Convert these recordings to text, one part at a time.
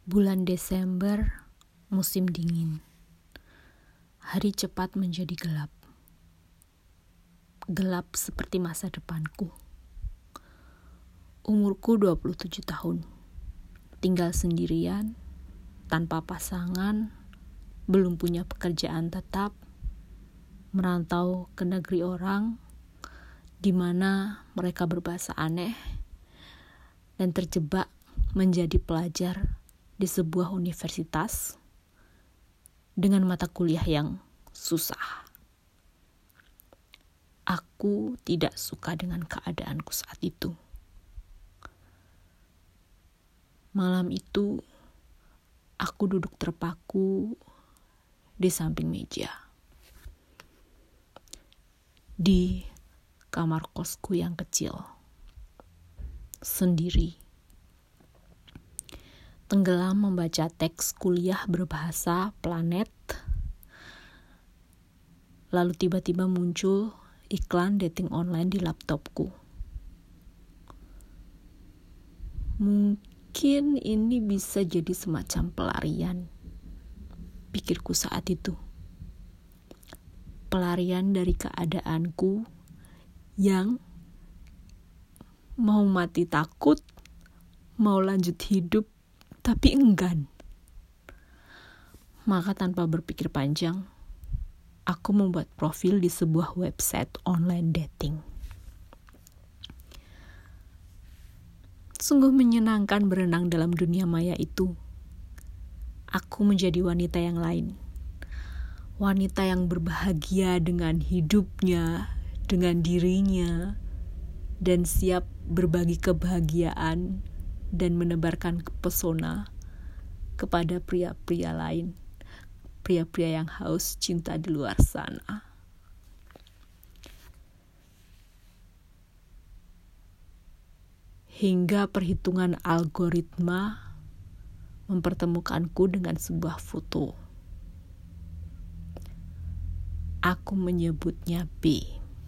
Bulan Desember, musim dingin. Hari cepat menjadi gelap. Gelap seperti masa depanku. Umurku 27 tahun. Tinggal sendirian, tanpa pasangan, belum punya pekerjaan tetap, merantau ke negeri orang, di mana mereka berbahasa aneh, dan terjebak menjadi pelajar di sebuah universitas dengan mata kuliah yang susah. Aku tidak suka dengan keadaanku saat itu. Malam itu, aku duduk terpaku di samping meja. Di kamar kosku yang kecil. Sendiri. Tenggelam membaca teks kuliah berbahasa planet. Lalu tiba-tiba muncul iklan dating online di laptopku. Mungkin ini bisa jadi semacam pelarian, pikirku saat itu. Pelarian dari keadaanku yang mau mati takut, mau lanjut hidup, tapi enggan. Maka tanpa berpikir panjang, aku membuat profil di sebuah website online dating. Sungguh menyenangkan berenang dalam dunia maya itu. Aku menjadi wanita yang lain. Wanita yang berbahagia dengan hidupnya, dengan dirinya, dan siap berbagi kebahagiaan dan menebarkan pesona kepada pria-pria lain, pria-pria yang haus cinta di luar sana. Hingga perhitungan algoritma mempertemukanku dengan sebuah foto. Aku menyebutnya B.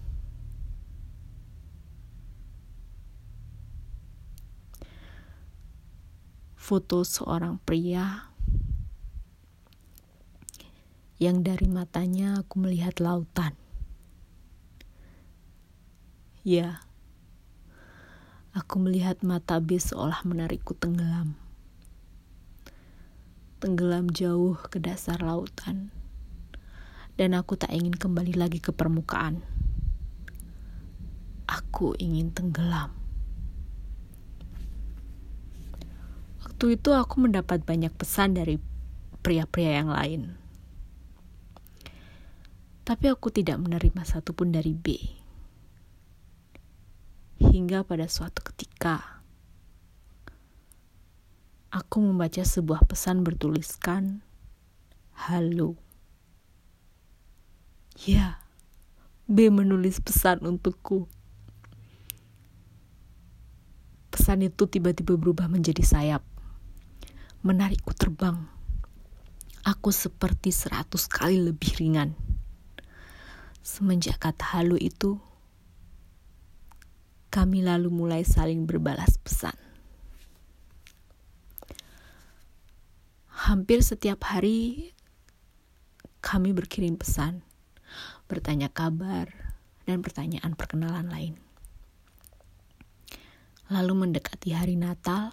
Foto seorang pria yang dari matanya aku melihat lautan. Ya, aku melihat mata B seolah menarikku tenggelam. Tenggelam jauh ke dasar lautan. Dan aku tak ingin kembali lagi ke permukaan. Aku ingin tenggelam. Waktu itu aku mendapat banyak pesan dari pria-pria yang lain. Tapi aku tidak menerima satupun dari B. Hingga pada suatu ketika, aku membaca sebuah pesan bertuliskan, "Halo." Ya, B menulis pesan untukku. Pesan itu tiba-tiba berubah menjadi sayap. Menarikku terbang. Aku seperti 100 kali lebih ringan. Semenjak kata halo itu, kami lalu mulai saling berbalas pesan. Hampir setiap hari kami berkirim pesan, bertanya kabar, dan pertanyaan perkenalan lain. Lalu mendekati hari Natal,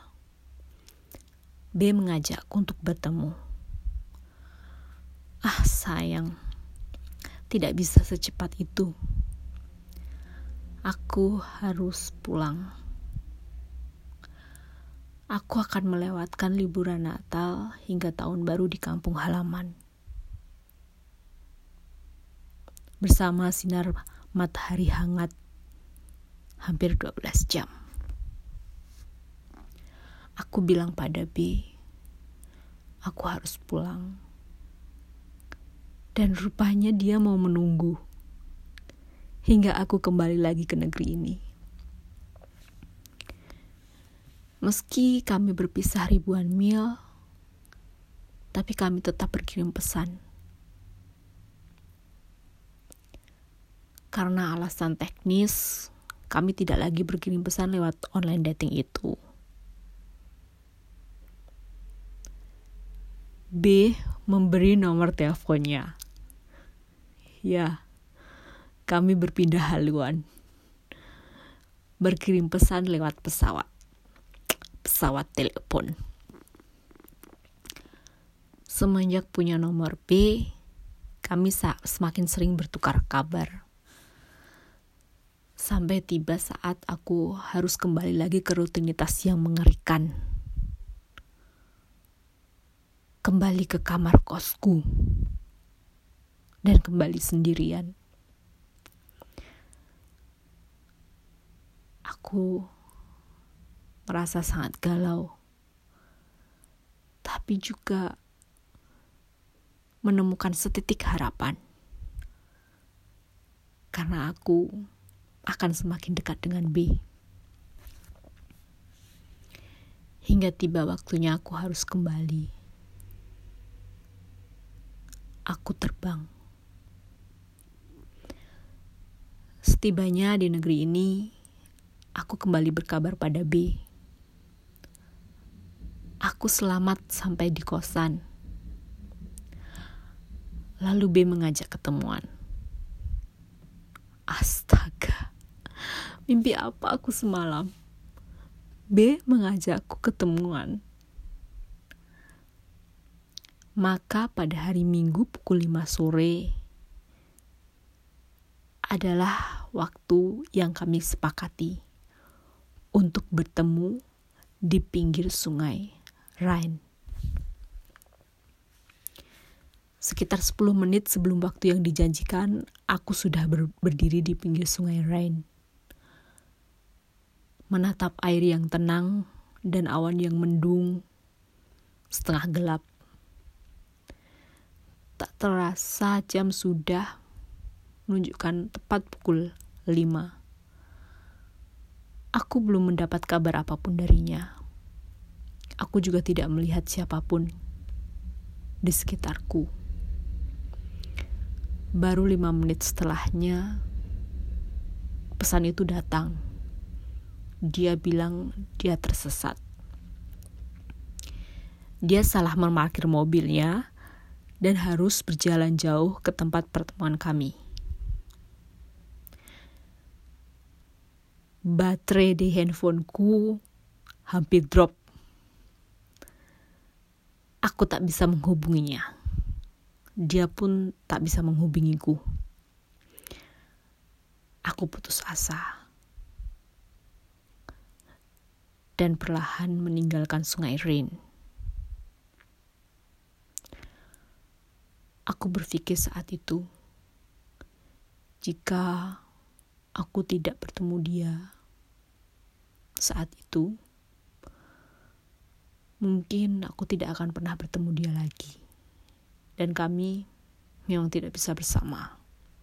B mengajakku untuk bertemu. Sayang, tidak bisa secepat itu. Aku harus pulang. Aku akan melewatkan liburan Natal hingga tahun baru di kampung halaman. Bersama sinar matahari hangat hampir 12 jam. Aku bilang pada B, aku harus pulang. Dan rupanya dia mau menunggu hingga aku kembali lagi ke negeri ini. Meski kami berpisah ribuan mil, tapi kami tetap berkirim pesan. Karena alasan teknis, kami tidak lagi berkirim pesan lewat online dating itu. B memberi nomor teleponnya. Ya, kami berpindah haluan. Berkirim pesan lewat pesawat telepon. Semenjak punya nomor B, kami semakin sering bertukar kabar. Sampai tiba saat aku harus kembali lagi ke rutinitas yang mengerikan. Kembali ke kamar kosku. Dan kembali sendirian. Aku merasa sangat galau. Tapi juga menemukan setitik harapan. Karena aku akan semakin dekat dengan B. Hingga tiba waktunya aku harus kembali. Aku terbang. Setibanya di negeri ini, aku kembali berkabar pada B. Aku selamat sampai di kosan. Lalu B mengajak ketemuan. Astaga, mimpi apa aku semalam? B mengajakku ketemuan. Maka pada hari Minggu pukul 5 sore adalah waktu yang kami sepakati untuk bertemu di pinggir sungai Rhine. Sekitar 10 menit sebelum waktu yang dijanjikan, aku sudah berdiri di pinggir sungai Rhine. Menatap air yang tenang dan awan yang mendung, setengah gelap. Tak terasa jam sudah menunjukkan tepat pukul 5. Aku belum mendapat kabar apapun darinya. Aku juga tidak melihat siapapun di sekitarku. Baru 5 menit setelahnya, pesan itu datang. Dia bilang dia tersesat. Dia salah memarkir mobilnya dan harus berjalan jauh ke tempat pertemuan kami. Baterai di handphoneku hampir drop. Aku tak bisa menghubunginya. Dia pun tak bisa menghubungiku. Aku putus asa. Dan perlahan meninggalkan sungai Rhine. Aku berpikir saat itu, jika aku tidak bertemu dia saat itu, mungkin aku tidak akan pernah bertemu dia lagi. Dan kami memang tidak bisa bersama.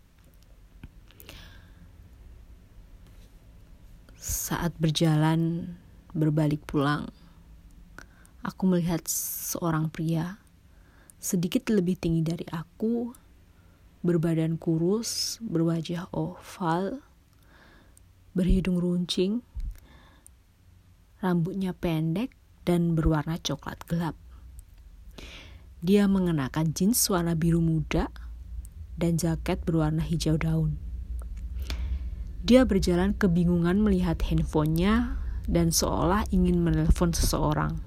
Saat berjalan berbalik pulang, aku melihat seorang pria sedikit lebih tinggi dari aku, berbadan kurus, berwajah oval, berhidung runcing, rambutnya pendek dan berwarna coklat gelap. Dia mengenakan jeans warna biru muda dan jaket berwarna hijau daun. Dia berjalan kebingungan melihat handphonenya dan seolah ingin menelpon seseorang.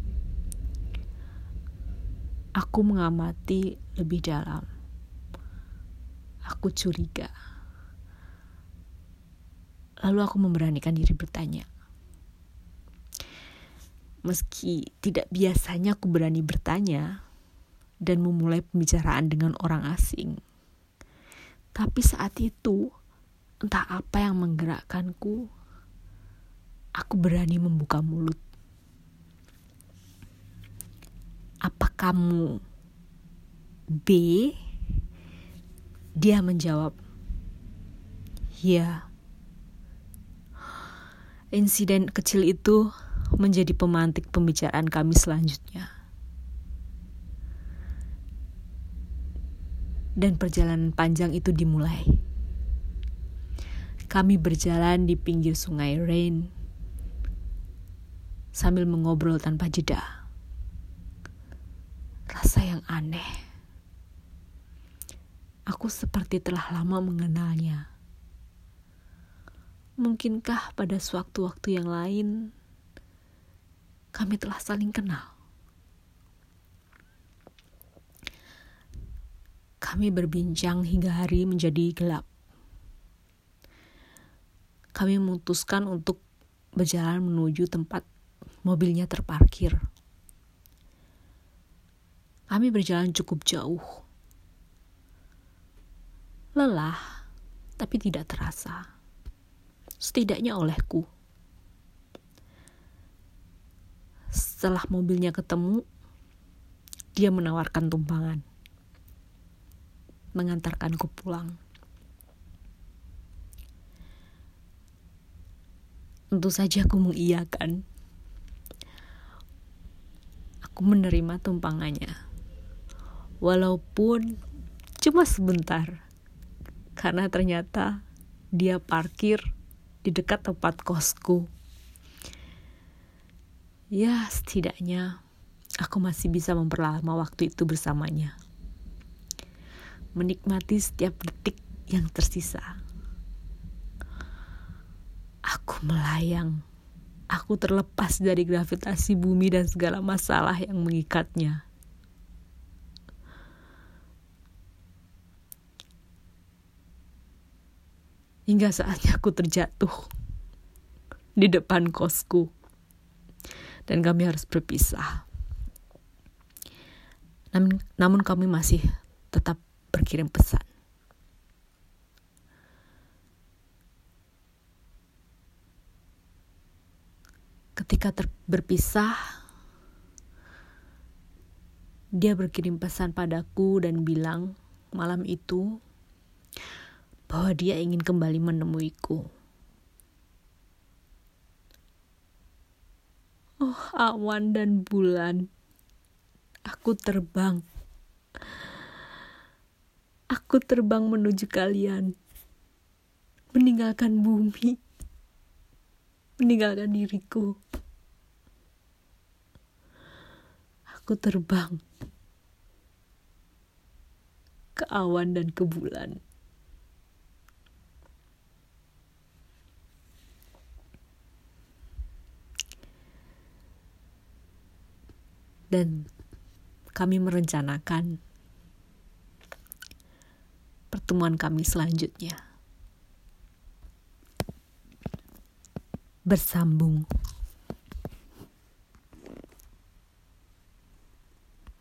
Aku mengamati lebih dalam. Aku curiga. Lalu aku memberanikan diri bertanya. Meski tidak biasanya aku berani bertanya dan memulai pembicaraan dengan orang asing. Tapi saat itu, entah apa yang menggerakkanku, aku berani membuka mulut. Apa kamu B? Dia menjawab, ya. Insiden kecil itu menjadi pemantik pembicaraan kami selanjutnya. Dan perjalanan panjang itu dimulai. Kami berjalan di pinggir sungai Rhine sambil mengobrol tanpa jeda. rasa yang aneh. Aku seperti telah lama mengenalnya. Mungkinkah pada sewaktu-waktu yang lain kami telah saling kenal? Kami berbincang hingga hari menjadi gelap. Kami memutuskan untuk berjalan menuju tempat mobilnya terparkir. Kami berjalan cukup jauh. Lelah, tapi tidak terasa. Setidaknya olehku. Setelah mobilnya ketemu, dia menawarkan tumpangan. Mengantarkanku pulang. Tentu saja aku mengiyakan. Aku menerima tumpangannya. Walaupun cuma sebentar. Karena ternyata dia parkir di dekat tempat kosku. Ya, setidaknya aku masih bisa memperlama waktu itu bersamanya. Menikmati setiap detik yang tersisa. Aku melayang. Aku terlepas dari gravitasi bumi dan segala masalah yang mengikatnya. Hingga saatnya aku terjatuh di depan kosku. Dan kami harus berpisah. Namun kami masih tetap berkirim pesan. Ketika berpisah, dia berkirim pesan padaku dan bilang malam itu bahwa dia ingin kembali menemuiku. Oh, awan dan bulan. Aku terbang. Aku terbang menuju kalian. Meninggalkan bumi. Meninggalkan diriku. Aku terbang ke awan dan ke bulan. Dan kami merencanakan pertemuan kami selanjutnya. Bersambung.